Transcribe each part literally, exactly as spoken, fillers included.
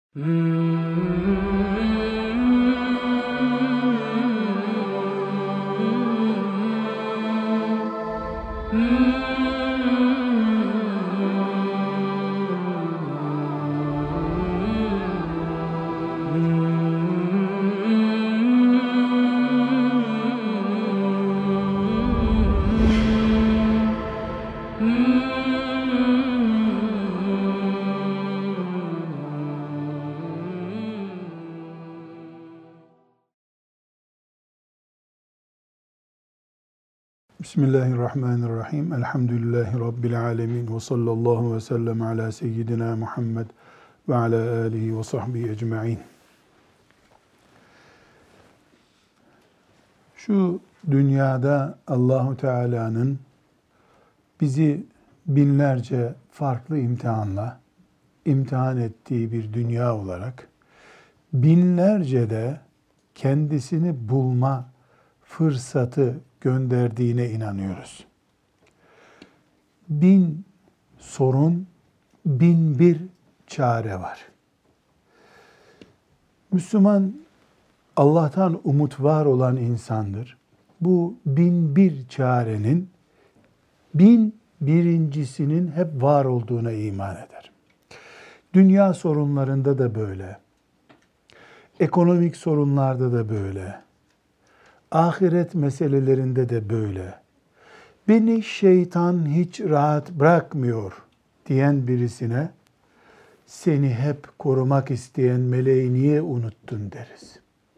Bismillahirrahmanirrahim. Elhamdülillahi Rabbil alemin. Ve sallallahu ve sellem ala seyyidina Muhammed ve ala alihi ve sahbihi ecma'in. Şu dünyada Allahu Teala'nın bizi binlerce farklı imtihanla imtihan ettiği bir dünya olarak binlerce de kendisini bulma fırsatı gönderdiğine inanıyoruz. Bin sorun, bin bir çare var. Müslüman Allah'tan umut var olan insandır. Bu bin bir çarenin bin birincisinin hep var olduğuna iman eder. Dünya sorunlarında da böyle. Ekonomik sorunlarda da böyle. Ahiret meselelerinde de böyle. Beni şeytan hiç rahat bırakmıyor diyen birisine seni hep korumak isteyen meleği niye unuttun deriz.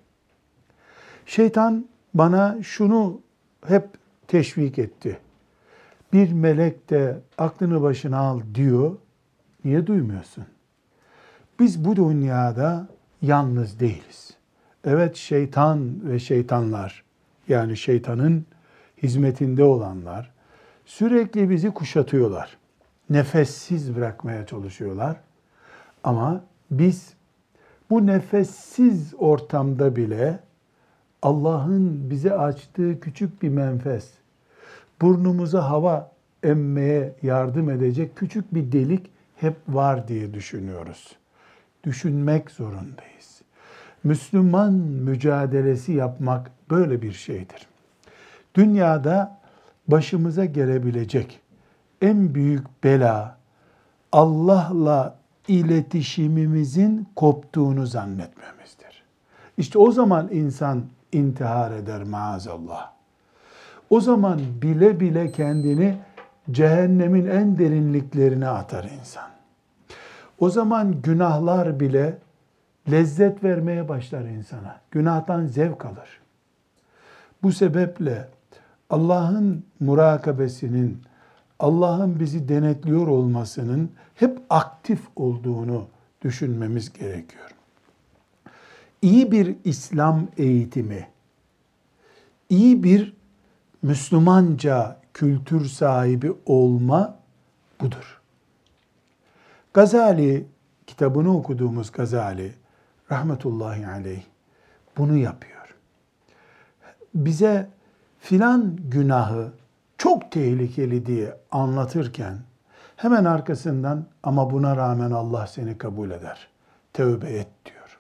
Şeytan bana şunu hep teşvik etti. Bir melek de aklını başına al diyor. Niye duymuyorsun? Biz bu dünyada yalnız değiliz. Evet, şeytan ve şeytanlar, yani şeytanın hizmetinde olanlar sürekli bizi kuşatıyorlar. Nefessiz bırakmaya çalışıyorlar. Ama biz bu nefessiz ortamda bile Allah'ın bize açtığı küçük bir menfez, burnumuza hava emmeye yardım edecek küçük bir delik hep var diye düşünüyoruz. Düşünmek zorundayız. Müslüman mücadelesi yapmak böyle bir şeydir. Dünyada başımıza gelebilecek en büyük bela Allah'la iletişimimizin koptuğunu zannetmemizdir. İşte o zaman insan intihar eder maazallah. O zaman bile bile kendini cehennemin en derinliklerine atar insan. O zaman günahlar bile lezzet vermeye başlar insana. Günahtan zevk alır. Bu sebeple Allah'ın murakabesinin, Allah'ın bizi denetliyor olmasının hep aktif olduğunu düşünmemiz gerekiyor. İyi bir İslam eğitimi, iyi bir Müslümanca kültür sahibi olma budur. Gazali, kitabını okuduğumuz Gazali, rahmetullahi aleyh, bunu yapıyor. Bize filan günahı çok tehlikeli diye anlatırken hemen arkasından ama buna rağmen Allah seni kabul eder, tövbe et diyor.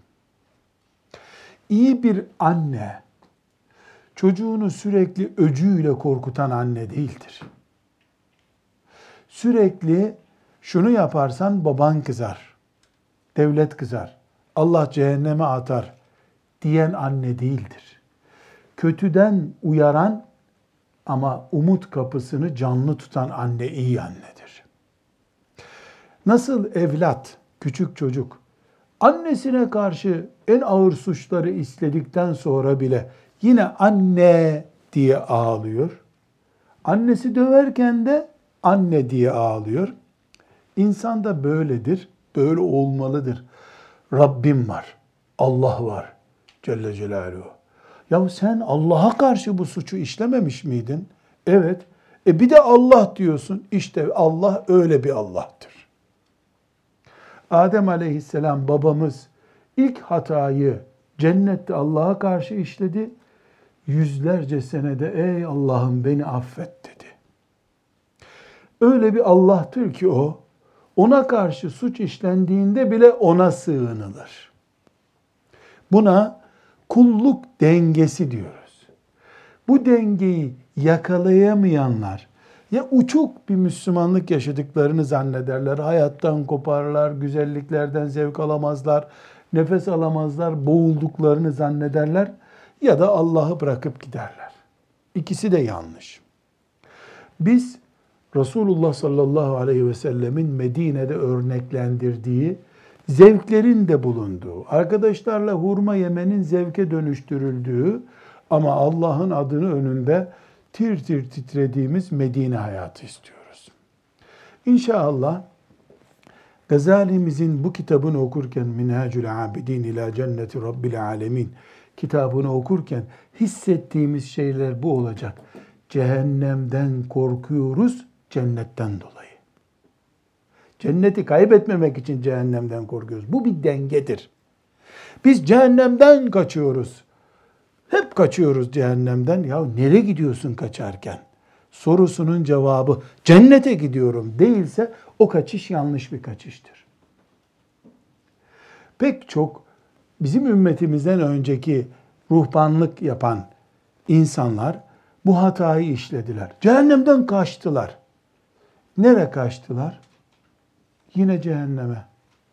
İyi bir anne, çocuğunu sürekli öcüyle korkutan anne değildir. Sürekli şunu yaparsan baban kızar, devlet kızar, Allah cehenneme atar diyen anne değildir. Kötüden uyaran ama umut kapısını canlı tutan anne iyi annedir. Nasıl evlat, küçük çocuk, annesine karşı en ağır suçları işledikten sonra bile yine anne diye ağlıyor. Annesi döverken de anne diye ağlıyor. İnsan da böyledir, böyle olmalıdır. Rabbim var, Allah var Celle Celaluhu. Ya sen Allah'a karşı bu suçu işlememiş miydin? Evet. E bir de Allah diyorsun. İşte Allah öyle bir Allah'tır. Adem aleyhisselam babamız ilk hatayı cennette Allah'a karşı işledi. Yüzlerce senede ey Allah'ım beni affet dedi. Öyle bir Allah'tır ki o, Ona karşı suç işlendiğinde bile ona sığınılır. Buna kulluk dengesi diyoruz. Bu dengeyi yakalayamayanlar ya uçuk bir Müslümanlık yaşadıklarını zannederler, hayattan koparlar, güzelliklerden zevk alamazlar, nefes alamazlar, boğulduklarını zannederler ya da Allah'ı bırakıp giderler. İkisi de yanlış. Biz Resulullah sallallahu aleyhi ve sellemin Medine'de örneklendirdiği, zevklerin de bulunduğu, arkadaşlarla hurma yemenin zevke dönüştürüldüğü ama Allah'ın adını önünde tir tir titrediğimiz Medine hayatı istiyoruz. İnşallah Gazali'mizin bu kitabını okurken Minhacül Abidin ila Cenneti Rabbil Alemin kitabını okurken hissettiğimiz şeyler bu olacak. Cehennemden korkuyoruz, cennetten dolayı. Cenneti kaybetmemek için cehennemden korkuyoruz. Bu bir dengedir. Biz cehennemden kaçıyoruz. Hep kaçıyoruz cehennemden. Ya nereye gidiyorsun kaçarken? Sorusunun cevabı cennete gidiyorum değilse o kaçış yanlış bir kaçıştır. Pek çok bizim ümmetimizden önceki ruhbanlık yapan insanlar bu hatayı işlediler. Cehennemden kaçtılar. Nereye kaçtılar? Yine cehenneme.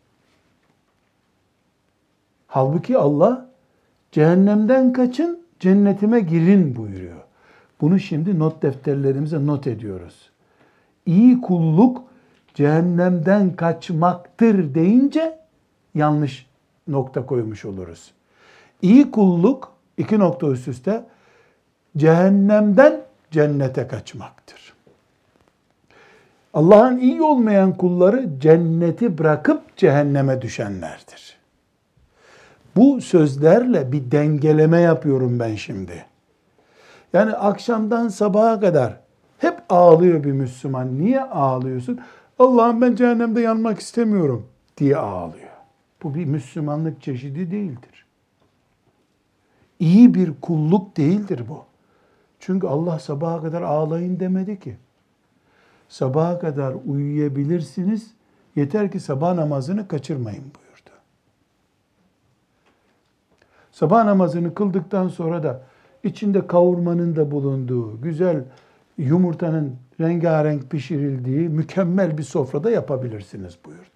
Halbuki Allah cehennemden kaçın, cennetime girin buyuruyor. Bunu şimdi not defterlerimize not ediyoruz. İyi kulluk cehennemden kaçmaktır deyince yanlış nokta koymuş oluruz. İyi kulluk, iki nokta üst üste, cehennemden cennete kaçmaktır. Allah'ın iyi olmayan kulları cenneti bırakıp cehenneme düşenlerdir. Bu sözlerle bir dengeleme yapıyorum ben şimdi. Yani akşamdan sabaha kadar hep ağlıyor bir Müslüman. Niye ağlıyorsun? Allah'ım ben cehennemde yanmak istemiyorum diye ağlıyor. Bu bir Müslümanlık çeşidi değildir. İyi bir kulluk değildir bu. Çünkü Allah sabaha kadar ağlayın demedi ki. Sabaha kadar uyuyabilirsiniz, yeter ki sabah namazını kaçırmayın buyurdu. Sabah namazını kıldıktan sonra da içinde kavurmanın da bulunduğu, güzel yumurtanın rengarenk pişirildiği mükemmel bir sofrada yapabilirsiniz buyurdu.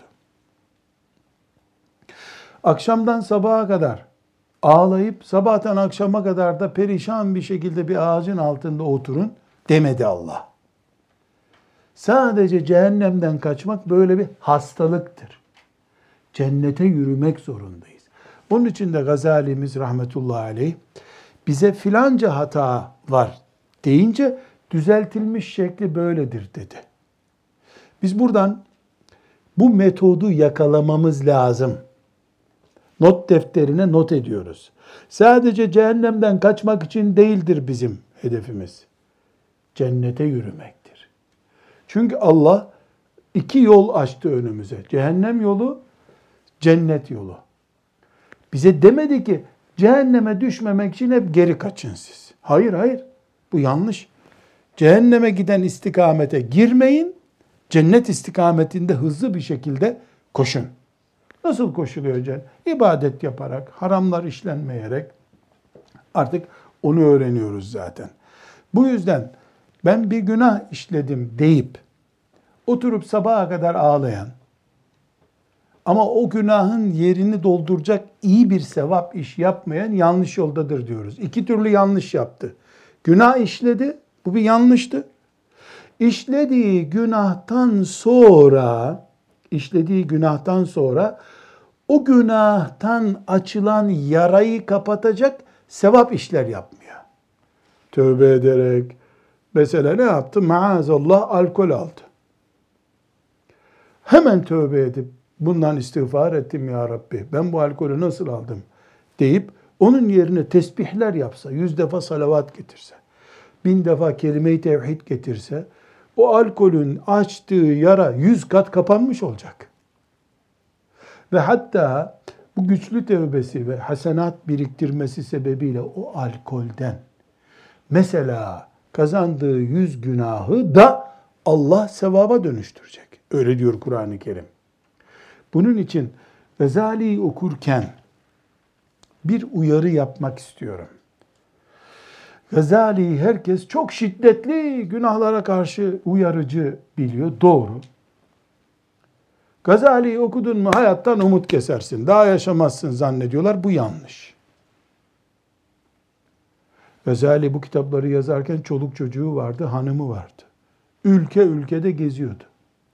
Akşamdan sabaha kadar ağlayıp sabahtan akşama kadar da perişan bir şekilde bir ağacın altında oturun demedi Allah. Sadece cehennemden kaçmak böyle bir hastalıktır. Cennete yürümek zorundayız. Bunun için de Gazalimiz rahmetullahi aleyh bize filanca hata var deyince düzeltilmiş şekli böyledir dedi. Biz buradan bu metodu yakalamamız lazım. Not defterine not ediyoruz. Sadece cehennemden kaçmak için değildir bizim hedefimiz. Cennete yürümektir. Çünkü Allah iki yol açtı önümüze. Cehennem yolu, cennet yolu. Bize demedi ki cehenneme düşmemek için hep geri kaçın siz. Hayır hayır. Bu yanlış. Cehenneme giden istikamete girmeyin. Cennet istikametinde hızlı bir şekilde koşun. Nasıl koşuluyor cennet? İbadet yaparak, haramlar işlenmeyerek. Artık onu öğreniyoruz zaten. Bu yüzden ben bir günah işledim deyip oturup sabaha kadar ağlayan ama o günahın yerini dolduracak iyi bir sevap iş yapmayan yanlış yoldadır diyoruz. İki türlü yanlış yaptı. Günah işledi, bu bir yanlıştı. İşlediği günahtan sonra, işlediği günahtan sonra o günahtan açılan yarayı kapatacak sevap işler yapmıyor. Tövbe ederek, mesela ne yaptı? Maazallah alkol aldı. Hemen tövbe edip bundan istiğfar ettim ya Rabbi. Ben bu alkolü nasıl aldım deyip onun yerine tesbihler yapsa, yüz defa salavat getirse, bin defa kelime-i tevhid getirse, o alkolün açtığı yara yüz kat kapanmış olacak. Ve hatta bu güçlü tevbesi ve hasenat biriktirmesi sebebiyle o alkolden mesela kazandığı yüz günahı da Allah sevaba dönüştürecek. Öyle diyor Kur'an-ı Kerim. Bunun için Gazali'yi okurken bir uyarı yapmak istiyorum. Gazali'yi herkes çok şiddetli günahlara karşı uyarıcı biliyor. Doğru. Gazali'yi okudun mu hayattan umut kesersin. Daha yaşamazsın zannediyorlar. Bu yanlış. Gazali bu kitapları yazarken çoluk çocuğu vardı, hanımı vardı. Ülke ülkede geziyordu.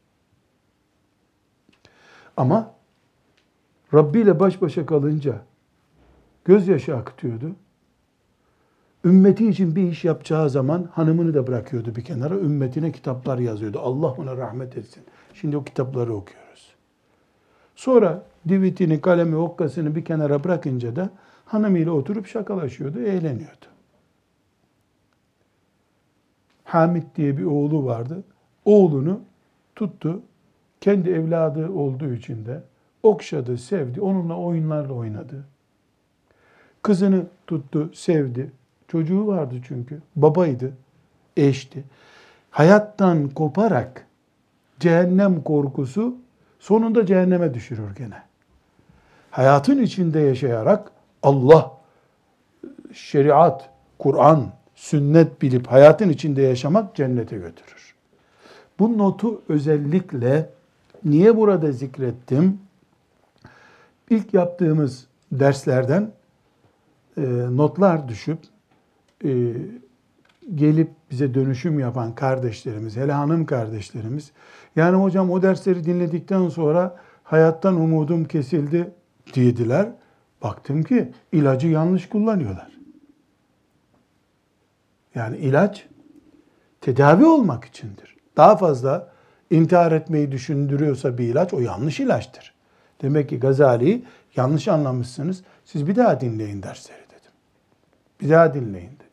Ama Rabbi ile baş başa kalınca gözyaşı akıtıyordu. Ümmeti için bir iş yapacağı zaman hanımını da bırakıyordu bir kenara. Ümmetine kitaplar yazıyordu. Allah ona rahmet etsin. Şimdi o kitapları okuyoruz. Sonra divitini, kalemi, okkasını bir kenara bırakınca da hanımıyla oturup şakalaşıyordu, eğleniyordu. Hamid diye bir oğlu vardı. Oğlunu tuttu. Kendi evladı olduğu için de okşadı, sevdi. Onunla oyunlarla oynadı. Kızını tuttu, sevdi. Çocuğu vardı çünkü. Babaydı, eşti. Hayattan koparak cehennem korkusu sonunda cehenneme düşürür gene. Hayatın içinde yaşayarak Allah, şeriat, Kur'an, sünnet bilip hayatın içinde yaşamak cennete götürür. Bu notu özellikle niye burada zikrettim? İlk yaptığımız derslerden e, notlar düşüp e, gelip bize dönüşüm yapan kardeşlerimiz, hele hanım kardeşlerimiz, yani hocam o dersleri dinledikten sonra hayattan umudum kesildi dediler. Baktım ki ilacı yanlış kullanıyorlar. Yani ilaç tedavi olmak içindir. Daha fazla intihar etmeyi düşündürüyorsa bir ilaç, o yanlış ilaçtır. Demek ki Gazali'yi yanlış anlamışsınız. Siz bir daha dinleyin dersleri dedim. Bir daha dinleyin dedim.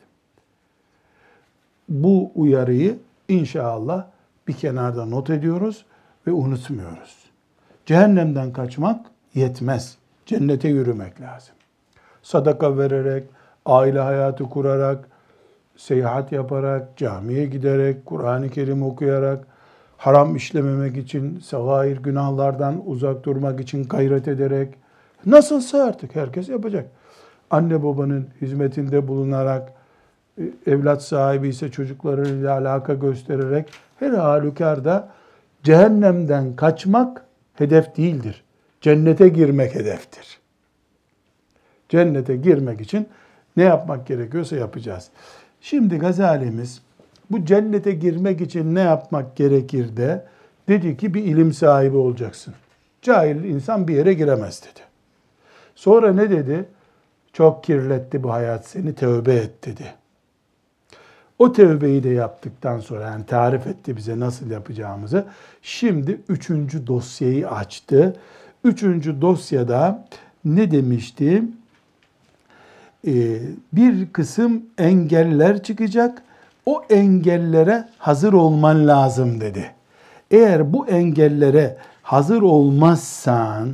Bu uyarıyı inşallah bir kenarda not ediyoruz ve unutmuyoruz. Cehennemden kaçmak yetmez. Cennete yürümek lazım. Sadaka vererek, aile hayatı kurarak, seyahat yaparak, camiye giderek, Kur'an-ı Kerim okuyarak, haram işlememek için, sagair günahlardan uzak durmak için gayret ederek, nasılsa artık herkes yapacak. Anne babanın hizmetinde bulunarak, evlat sahibi ise çocuklarıyla alaka göstererek, her halükarda cehennemden kaçmak hedef değildir. Cennete girmek hedeftir. Cennete girmek için ne yapmak gerekiyorsa yapacağız. Şimdi Gazali'miz bu cennete girmek için ne yapmak gerekir de dedi ki bir ilim sahibi olacaksın. Cahil insan bir yere giremez dedi. Sonra ne dedi? Çok kirletti bu hayat seni, tövbe et dedi. O tövbeyi de yaptıktan sonra, yani tarif etti bize nasıl yapacağımızı. Şimdi üçüncü dosyayı açtı. Üçüncü dosyada ne demişti? Ee, bir kısım engeller çıkacak. O engellere hazır olman lazım dedi. Eğer bu engellere hazır olmazsan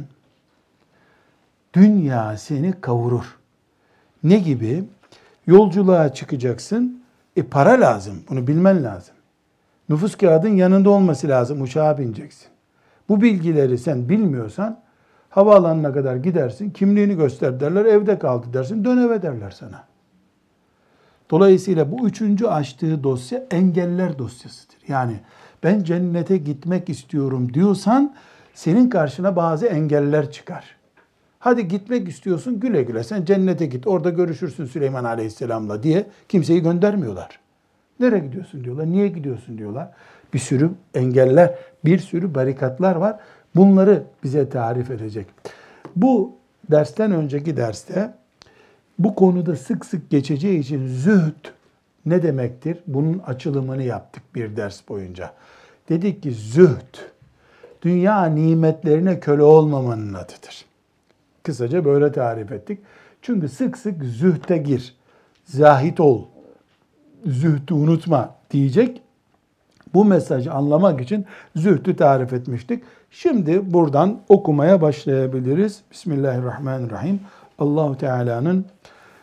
dünya seni kavurur. Ne gibi? Yolculuğa çıkacaksın. E para lazım. Bunu bilmen lazım. Nüfus kağıdın yanında olması lazım. Uçağa bineceksin. Bu bilgileri sen bilmiyorsan havaalanına kadar gidersin. Kimliğini göster derler. Evde kaldı dersin. Dön eve derler sana. Dolayısıyla bu üçüncü açtığı dosya engeller dosyasıdır. Yani ben cennete gitmek istiyorum diyorsan senin karşına bazı engeller çıkar. Hadi gitmek istiyorsun, güle güle sen cennete git, orada görüşürsün Süleyman Aleyhisselam'la diye kimseyi göndermiyorlar. Nereye gidiyorsun diyorlar, niye gidiyorsun diyorlar. Bir sürü engeller, bir sürü barikatlar var. Bunları bize tarif edecek. Bu dersten önceki derste bu konuda sık sık geçeceği için zühd ne demektir? Bunun açılımını yaptık bir ders boyunca. Dedik ki zühd, dünya nimetlerine köle olmamanın adıdır. Kısaca böyle tarif ettik. Çünkü sık sık zühde gir, zahit ol, zühdü unutma diyecek. Bu mesajı anlamak için zühdü tarif etmiştik. Şimdi buradan okumaya başlayabiliriz. Bismillahirrahmanirrahim. Allah-u Teala'nın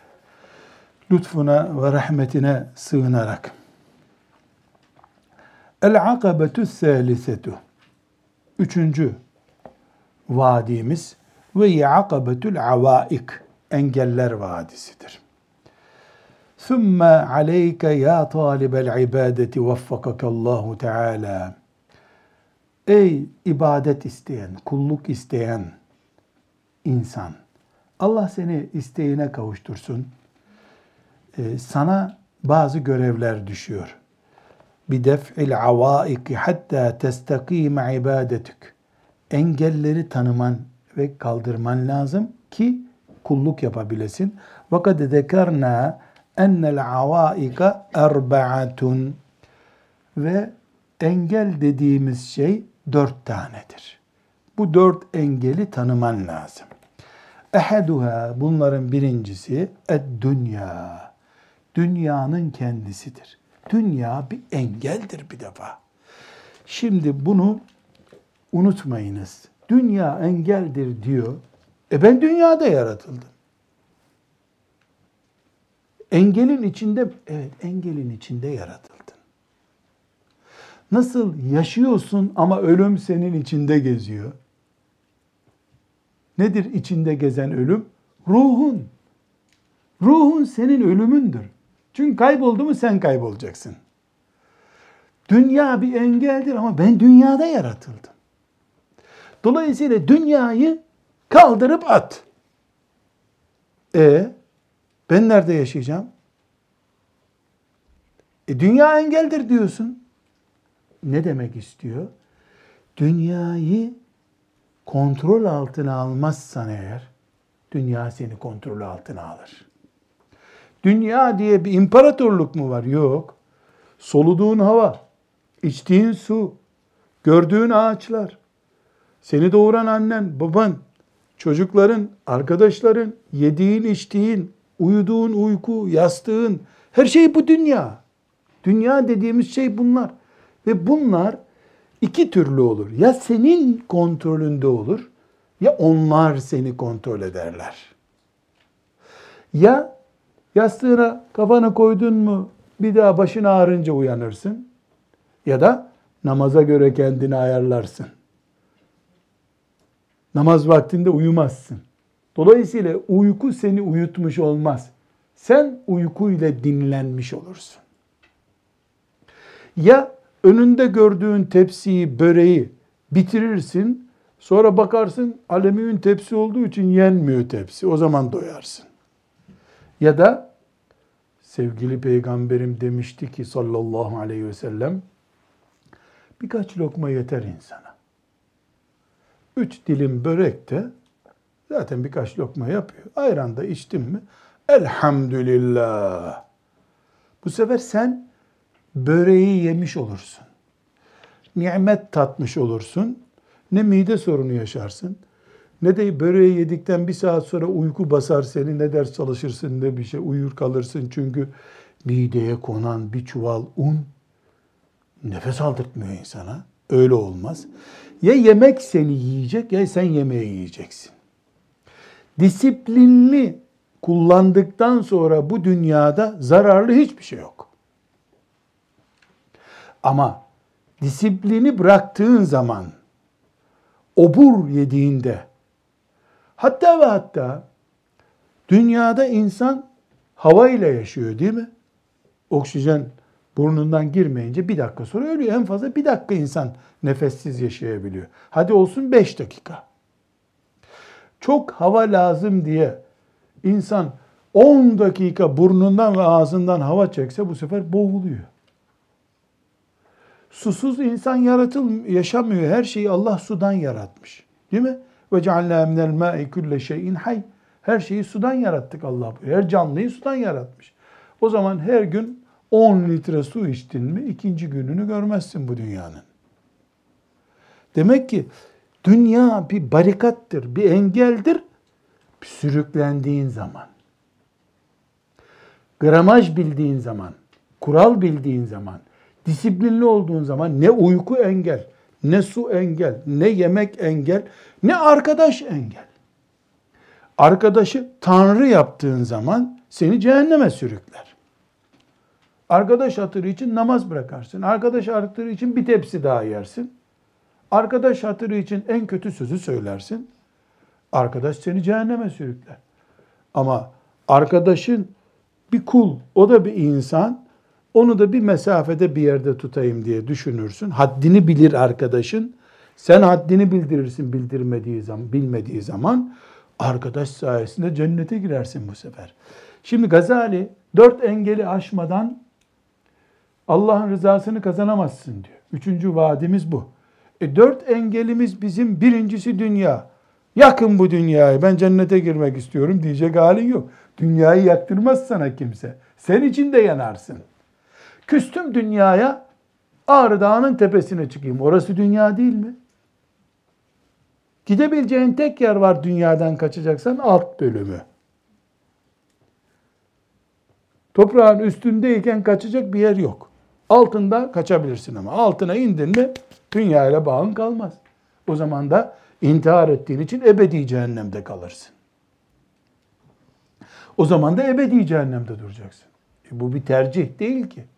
lütfuna ve rahmetine sığınarak. El-akabetü sâlisetu. Üçüncü vadimiz ve akabetül avaik. Engeller vadisidir. ثُمَّ عَلَيْكَ يَا طَالِبَ الْعِبَادَةِ وَفَّقَكَ اللّٰهُ Teala. Ey ibadet isteyen, kulluk isteyen insan, Allah seni isteğine kavuştursun. Ee, sana bazı görevler düşüyor. بِدَفْعِ الْعَوَائِكِ hatta تَسْتَقِيمَ ibadetük. Engelleri tanıman ve kaldırman lazım ki kulluk yapabilesin. وَقَدْ ذَكَرْنَا اَنَّ الْعَوَائِكَ اَرْبَعَةٌ. Ve engel dediğimiz şey dört tanedir. Bu dört engeli tanıman lazım. Ehaduha, bunların birincisi ed-dünya. Dünyanın kendisidir. Dünya bir engeldir bir defa. Şimdi bunu unutmayınız. Dünya engeldir diyor. E ben dünyada yaratıldım. Engelin içinde, evet engelin içinde yaratıldın. Nasıl yaşıyorsun ama ölüm senin içinde geziyor? Nedir içinde gezen ölüm? Ruhun. Ruhun senin ölümündür. Çünkü kayboldu mu sen kaybolacaksın. Dünya bir engeldir ama ben dünyada yaratıldım. Dolayısıyla dünyayı kaldırıp at. E ben nerede yaşayacağım? E dünya engeldir diyorsun. Ne demek istiyor? Dünyayı kontrol altına almazsan eğer, dünya seni kontrol altına alır. Dünya diye bir imparatorluk mu var? Yok. Soluduğun hava, içtiğin su, gördüğün ağaçlar, seni doğuran annen, baban, çocukların, arkadaşların, yediğin, içtiğin, uyuduğun uyku, yastığın, her şey bu dünya. Dünya dediğimiz şey bunlar. Ve bunlar iki türlü olur. Ya senin kontrolünde olur, ya onlar seni kontrol ederler. Ya yastığına kafanı koydun mu bir daha başın ağrınca uyanırsın, ya da namaza göre kendini ayarlarsın. Namaz vaktinde uyumazsın. Dolayısıyla uyku seni uyutmuş olmaz. Sen uykuyla dinlenmiş olursun. Ya önünde gördüğün tepsiyi, böreği bitirirsin, sonra bakarsın alüminyum tepsi olduğu için yenmiyor tepsi. O zaman doyarsın. Ya da sevgili peygamberim demişti ki sallallahu aleyhi ve sellem, birkaç lokma yeter insana. Üç dilim börek de zaten birkaç lokma yapıyor. Ayran da içtin mi? Elhamdülillah. Bu sefer sen böreği yemiş olursun. Nimet tatmış olursun. Ne mide sorunu yaşarsın, ne de böreği yedikten bir saat sonra uyku basar seni, ne ders çalışırsın, ne bir şey, uyur kalırsın. Çünkü mideye konan bir çuval un nefes aldırtmıyor insana. Öyle olmaz. Ya yemek seni yiyecek, ya sen yemeği yiyeceksin. Disiplinli kullandıktan sonra bu dünyada zararlı hiçbir şey yok. Ama disiplini bıraktığın zaman, obur yediğinde, hatta ve hatta dünyada insan hava ile yaşıyor değil mi? Oksijen burnundan girmeyince bir dakika sonra ölüyor. En fazla bir dakika insan nefessiz yaşayabiliyor. Hadi olsun beş dakika. Çok hava lazım diye insan on dakika burnundan ve ağzından hava çekse bu sefer boğuluyor. Susuz insan yaratıl yaşamıyor. Her şeyi Allah sudan yaratmış. Değil mi? Ve cealna minel ma'i kulle şeyin hayy. Her şeyi sudan yarattık Allah buyuruyor. Her canlıyı sudan yaratmış. O zaman her gün on litre su içtin mi ikinci gününü görmezsin bu dünyanın. Demek ki dünya bir barikattır, bir engeldir. Bir sürüklendiğin zaman, gramaj bildiğin zaman, kural bildiğin zaman, disiplinli olduğun zaman ne uyku engel, ne su engel, ne yemek engel, ne arkadaş engel. Arkadaşı Tanrı yaptığın zaman seni cehenneme sürükler. Arkadaş hatırı için namaz bırakarsın. Arkadaş hatırı için bir tepsi daha yersin. Arkadaş hatırı için en kötü sözü söylersin. Arkadaş seni cehenneme sürükler. Ama arkadaşın bir kul, o da bir insan, onu da bir mesafede bir yerde tutayım diye düşünürsün. Haddini bilir arkadaşın. Sen haddini bildirirsin bildirmediği zaman, bilmediği zaman arkadaş sayesinde cennete girersin bu sefer. Şimdi Gazali dört engeli aşmadan Allah'ın rızasını kazanamazsın diyor. Üçüncü vaadimiz bu. E dört engelimiz bizim, birincisi dünya. Yakın bu dünyayı, ben cennete girmek istiyorum diyecek halin yok. Dünyayı yaktırmaz sana kimse. Sen için de yanarsın. Küstüm dünyaya, Ağrı Dağı'nın tepesine çıkayım. Orası dünya değil mi? Gidebileceğin tek yer var dünyadan kaçacaksan, alt bölümü. Toprağın üstündeyken kaçacak bir yer yok. Altında kaçabilirsin ama altına indin mi dünyayla bağın kalmaz. O zaman da intihar ettiğin için ebedi cehennemde kalırsın. O zaman da ebedi cehennemde duracaksın. E bu bir tercih değil ki.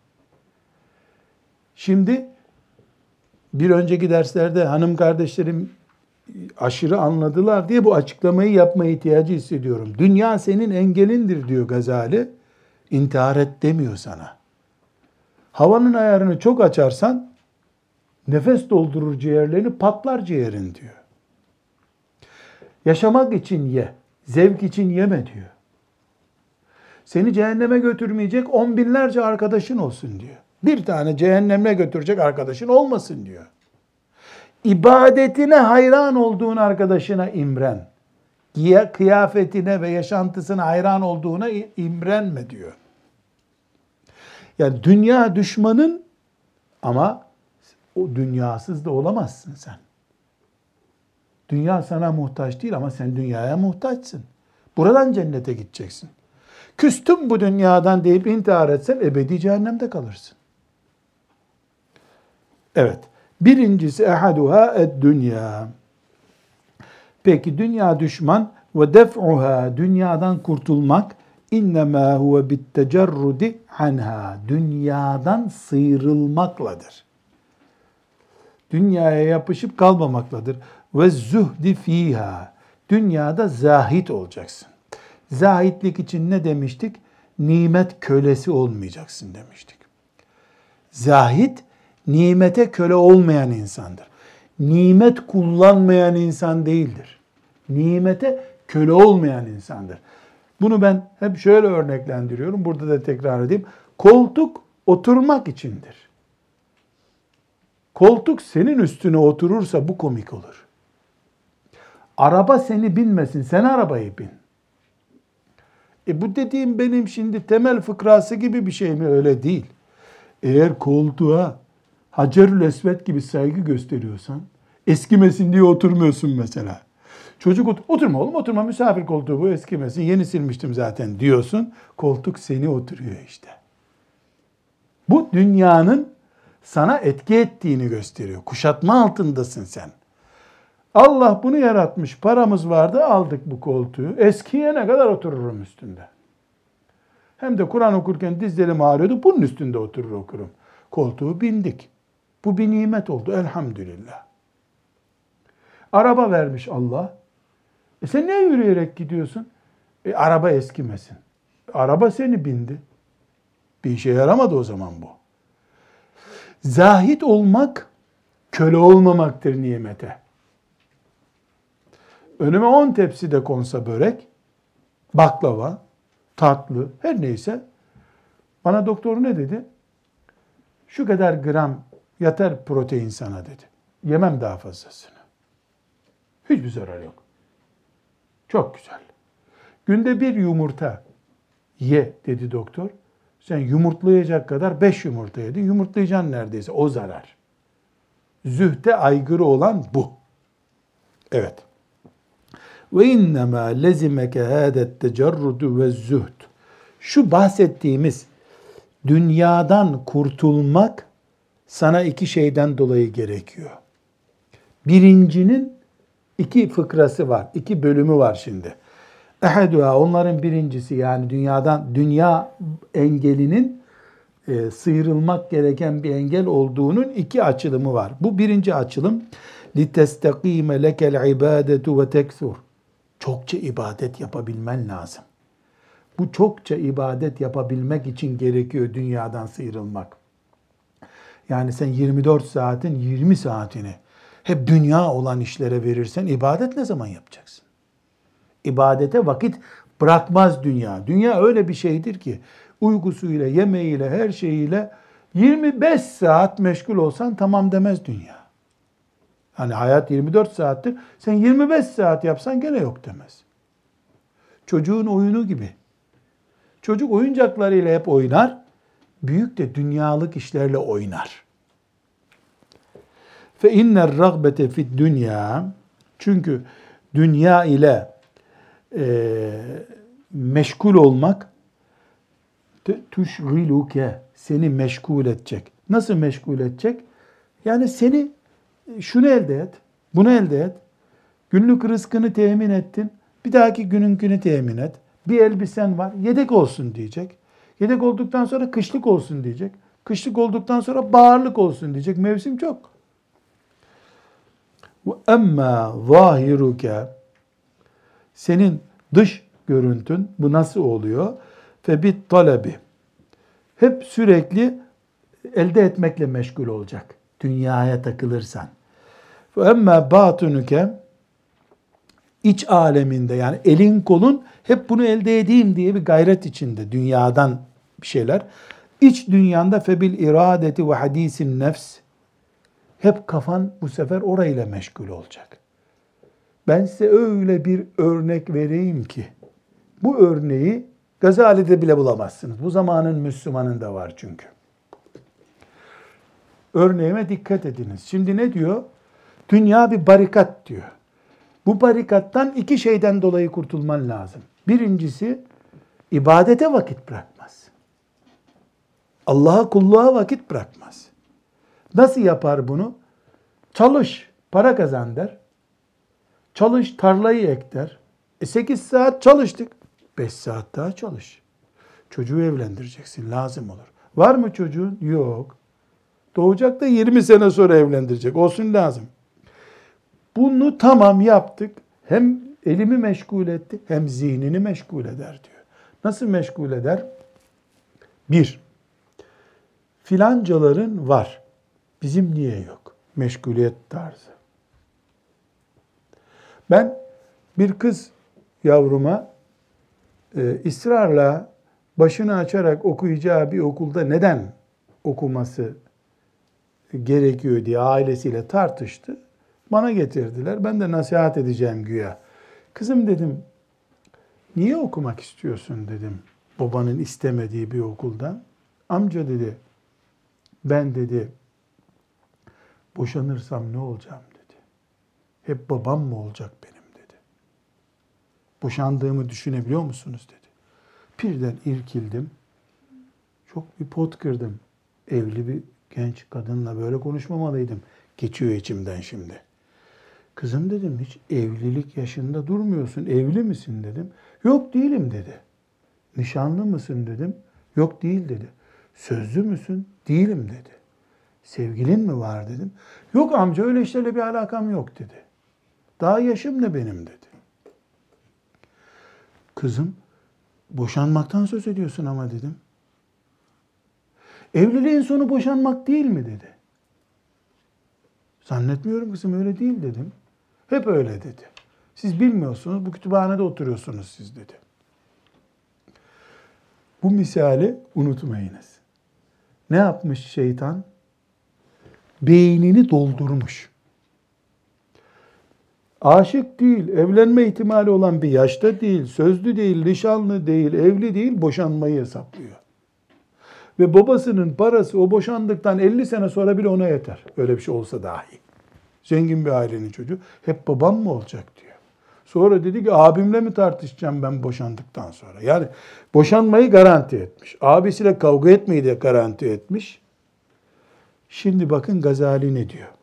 Şimdi bir önceki derslerde hanım kardeşlerim aşırı anladılar diye bu açıklamayı yapma ihtiyacı hissediyorum. Dünya senin engelindir diyor Gazali. İntihar et demiyor sana. Havanın ayarını çok açarsan nefes doldurur ciğerlerini, patlar ciğerin diyor. Yaşamak için ye, zevk için yeme diyor. Seni cehenneme götürmeyecek on binlerce arkadaşın olsun diyor. Bir tane cehenneme götürecek arkadaşın olmasın diyor. İbadetine hayran olduğun arkadaşına imren. Kıyafetine ve yaşantısına hayran olduğuna imrenme diyor. Yani dünya düşmanın ama o dünyasız da olamazsın sen. Dünya sana muhtaç değil ama sen dünyaya muhtaçsın. Buradan cennete gideceksin. Küstüm bu dünyadan deyip intihar etsen ebedi cehennemde kalırsın. Evet. Birincisi ehaduha ed-dünya. Peki dünya düşman ve def'uha, dünyadan kurtulmak innemâ huve bittecerrudi anha, dünyadan sıyrılmakladır. Dünyaya yapışıp kalmamakladır. Ve zuhdi fiha, dünyada zahit olacaksın. Zahitlik için ne demiştik? Nimet kölesi olmayacaksın demiştik. Zahit, nimete köle olmayan insandır. Nimet kullanmayan insan değildir. Nimete köle olmayan insandır. Bunu ben hep şöyle örneklendiriyorum. Burada da tekrar edeyim. Koltuk oturmak içindir. Koltuk senin üstüne oturursa bu komik olur. Araba seni binmesin, sen arabayı bin. E bu dediğim benim şimdi temel fıkrası gibi bir şey mi? Öyle değil. Eğer koltuğa Hacerül Esved gibi saygı gösteriyorsan, eskimesin diye oturmuyorsun mesela. Çocuk otur, oturma oğlum oturma, misafir koltuğu bu, eskimesin, yeni silmiştim zaten diyorsun. Koltuk seni oturuyor işte. Bu dünyanın sana etki ettiğini gösteriyor. Kuşatma altındasın sen. Allah bunu yaratmış. Paramız vardı, aldık bu koltuğu. Eskiyene kadar otururum üstünde. Hem de Kur'an okurken dizlerim ağrıyordu. Bunun üstünde oturur okurum. Koltuğu bindik. Bu bir nimet oldu elhamdülillah. Araba vermiş Allah. E sen niye yürüyerek gidiyorsun? E araba eskimesin. Araba seni bindi. Bir işe yaramadı o zaman bu. Zahid olmak köle olmamaktır nimete. Önüme on tepsi de konsa börek, baklava, tatlı, her neyse. Bana doktor ne dedi? Şu kadar gram yeter protein sana dedi. Yemem daha fazlasını. Hiçbir zarar yok. Çok güzel. Günde bir yumurta ye dedi doktor. Sen yumurtlayacak kadar beş yumurta yedin. Yumurtlayacaksın neredeyse. O zarar. Zühde aykırı olan bu. Evet. Ve innemâ lezimeke hâdet tecerrudu ve zühd. Şu bahsettiğimiz dünyadan kurtulmak sana iki şeyden dolayı gerekiyor. Birincinin iki fıkrası var, iki bölümü var şimdi. Ehaduha, onların birincisi yani dünyadan, dünya engelinin e, sıyrılmak gereken bir engel olduğunun iki açılımı var. Bu birinci açılım. لِتَسْتَقِيمَ لَكَ الْعِبَادَةُ وَتَكْثُرُ. Çokça ibadet yapabilmen lazım. Bu çokça ibadet yapabilmek için gerekiyor dünyadan sıyrılmak. Yani sen yirmi dört saatin yirmi saatini hep dünya olan işlere verirsen ibadet ne zaman yapacaksın? İbadete vakit bırakmaz dünya. Dünya öyle bir şeydir ki uykusuyla, yemeğiyle, her şeyiyle yirmi beş saat meşgul olsan tamam demez dünya. Hani hayat yirmi dört saattir. Sen yirmi beş saat yapsan gene yok demez. Çocuğun oyunu gibi. Çocuk oyuncaklarıyla hep oynar. Büyük de dünyalık işlerle oynar. Fe inner ragbete fid dünya. Çünkü dünya ile e, meşgul olmak tuşgiluke, seni meşgul edecek. Nasıl meşgul edecek? Yani seni şunu elde et, bunu elde et. Günlük rızkını temin ettin. Bir dahaki gününkünü temin et. Bir elbisen var, yedek olsun diyecek. Yedek olduktan sonra kışlık olsun diyecek. Kışlık olduktan sonra baharlık olsun diyecek. Mevsim çok. Emma zahiruke, senin dış görüntün, bu nasıl oluyor? Febit talebi, hep sürekli elde etmekle meşgul olacak. Dünyaya takılırsan. Emma batinuke, iç aleminde, yani elin kolun hep bunu elde edeyim diye bir gayret içinde, dünyadan bir şeyler. İç dünyanda febil iradeti ve hadisin nefs, hep kafan bu sefer orayla meşgul olacak. Ben size öyle bir örnek vereyim ki, bu örneği Gazali'de bile bulamazsınız. Bu zamanın Müslümanında var çünkü. Örneğime dikkat ediniz. Şimdi ne diyor? Dünya bir barikat diyor. Bu barikattan iki şeyden dolayı kurtulman lazım. Birincisi, ibadete vakit bırakmaz. Allah'a kulluğa vakit bırakmaz. Nasıl yapar bunu? Çalış, para kazan der. Çalış, tarlayı ek der. E sekiz saat çalıştık. beş saat daha çalış. Çocuğu evlendireceksin, lazım olur. Var mı çocuğun? Yok. Doğacak da yirmi sene sonra evlendirecek. Olsun, lazım. Bunu tamam yaptık. Hem elimi meşgul etti, hem zihnini meşgul eder diyor. Nasıl meşgul eder? Bir, filancaların var. Bizim niye yok? Meşguliyet tarzı. Ben bir kız yavruma e, ısrarla başını açarak okuyacağı bir okulda neden okuması gerekiyor diye ailesiyle tartıştı. Bana getirdiler. Ben de nasihat edeceğim güya. Kızım dedim, niye okumak istiyorsun dedim. Babanın istemediği bir okuldan. Amca dedi, ben dedi, boşanırsam ne olacağım dedi. Hep babam mı olacak benim dedi. Boşandığımı düşünebiliyor musunuz dedi. Birden irkildim. Çok bir pot kırdım. Evli bir genç kadınla böyle konuşmamalıydım. Geçiyor içimden şimdi. Kızım dedim, hiç evlilik yaşında durmuyorsun. Evli misin dedim. Yok değilim dedi. Nişanlı mısın dedim. Yok değil dedi. Sözlü müsün? Değilim dedi. Sevgilin mi var dedim. Yok amca, öyle işlerle bir alakam yok dedi. Daha yaşım ne benim dedi. Kızım, boşanmaktan söz ediyorsun ama dedim. Evliliğin sonu boşanmak değil mi dedi. Zannetmiyorum kızım, öyle değil dedim. Hep öyle dedi. Siz bilmiyorsunuz, bu kütüphanede oturuyorsunuz siz dedi. Bu misali unutmayınız. Ne yapmış şeytan? Beynini doldurmuş. Aşık değil, evlenme ihtimali olan bir yaşta değil, sözlü değil, nişanlı değil, evli değil, boşanmayı hesaplıyor. Ve babasının parası o boşandıktan elli sene sonra bile ona yeter. Öyle bir şey olsa dahi. Zengin bir ailenin çocuğu. Hep babam mı olacak diyor. Sonra dedi ki abimle mi tartışacağım ben boşandıktan sonra? Yani boşanmayı garanti etmiş. Abisiyle kavga etmeyi de garanti etmiş. Şimdi bakın Gazali ne diyor?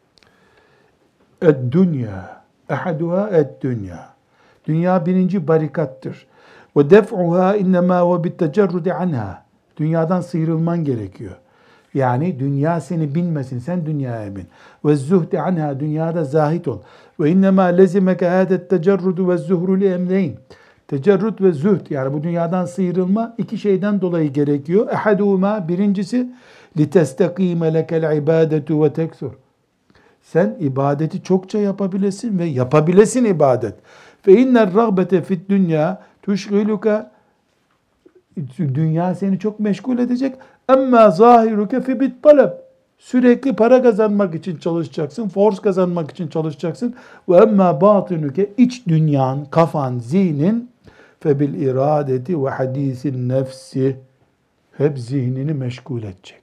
Ed-dünya, ehaduha ed-dünya. Dünya birinci barikattır. Ve def'uha innemâ ve bittecerrudi anha. Dünyadan sıyrılman gerekiyor. Yani dünya seni binmesin, sen dünyaya bin. Ve zuhdi anha, dünyada zahit ol. Ve innemâ lezimeke hâdet tecerrudu ve zuhru li emreyn. Tecerrüt ve zühd, yani bu dünyadan sıyrılma iki şeyden dolayı gerekiyor. Ehadûmâ, birincisi litestekîme lekel ibâdetu ve teksur. Sen ibadeti çokça yapabilesin ve yapabilesin ibadet. Fe inner rağbete fid dünya tuşgîluka, dünya seni çok meşgul edecek. Emmâ zâhiruke fi bit talep. Sürekli para kazanmak için çalışacaksın, force kazanmak için çalışacaksın. Ve emmâ bâtinuke, iç dünyan, kafan, zihnin, fe bil iradeti ve hadisin nefsi, hep zihnini meşgul edecek.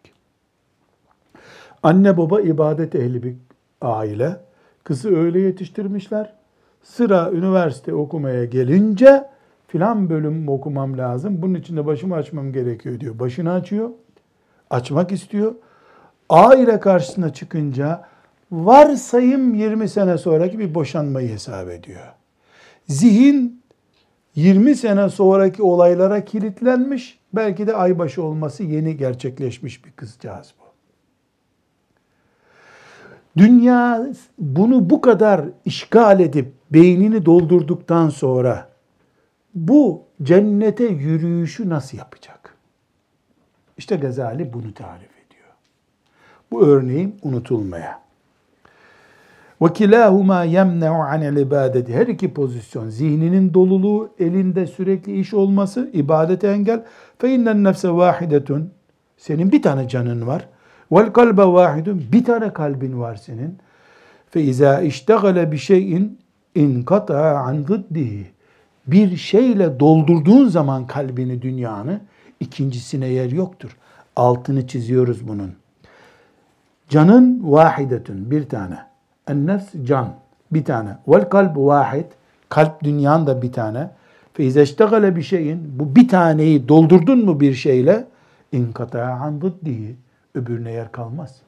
Anne baba ibadet ehli bir aile. Kızı öyle yetiştirmişler. Sıra üniversite okumaya gelince filan bölüm okumam lazım. Bunun için de başımı açmam gerekiyor diyor. Başını açıyor. Açmak istiyor. Aile karşısına çıkınca varsayım yirmi sene sonraki bir boşanmayı hesap ediyor. Zihin yirmi sene sonraki olaylara kilitlenmiş. Belki de aybaşı olması yeni gerçekleşmiş bir kızcağız bu. Dünya bunu bu kadar işgal edip beynini doldurduktan sonra bu cennete yürüyüşü nasıl yapacak? İşte Gazali bunu tarif ediyor. Bu örneğin unutulmaya. وَكِلَاهُمَا يَمْنَعُ عَنِ الْاِبَادَةِ. Her iki pozisyon, zihninin doluluğu, elinde sürekli iş olması, ibadete engel. فَاِنَّ النَّفْسَ وَاحِدَةٌ. Senin bir tane canın var. وَالْقَلْبَ وَاحِدٌ. Bir tane kalbin var senin. فَاِذَا اِشْتَغَلَ بِشَيْءٍ اِنْقَطَعَ عَنْ ضِدِّهِ. Bir şeyle doldurduğun zaman kalbini, dünyanı, ikincisine yer yoktur. Altını çiziyoruz bunun. Canın vahidetün, bir tane. En-nefs, can, bir tane. Vel kalb vahid, kalp, dünyan da bir tane. Fe izeştegale bir şeyin, bu bir taneyi doldurdun mu bir şeyle, inkata'a an zıddihi, öbürüne yer kalmaz.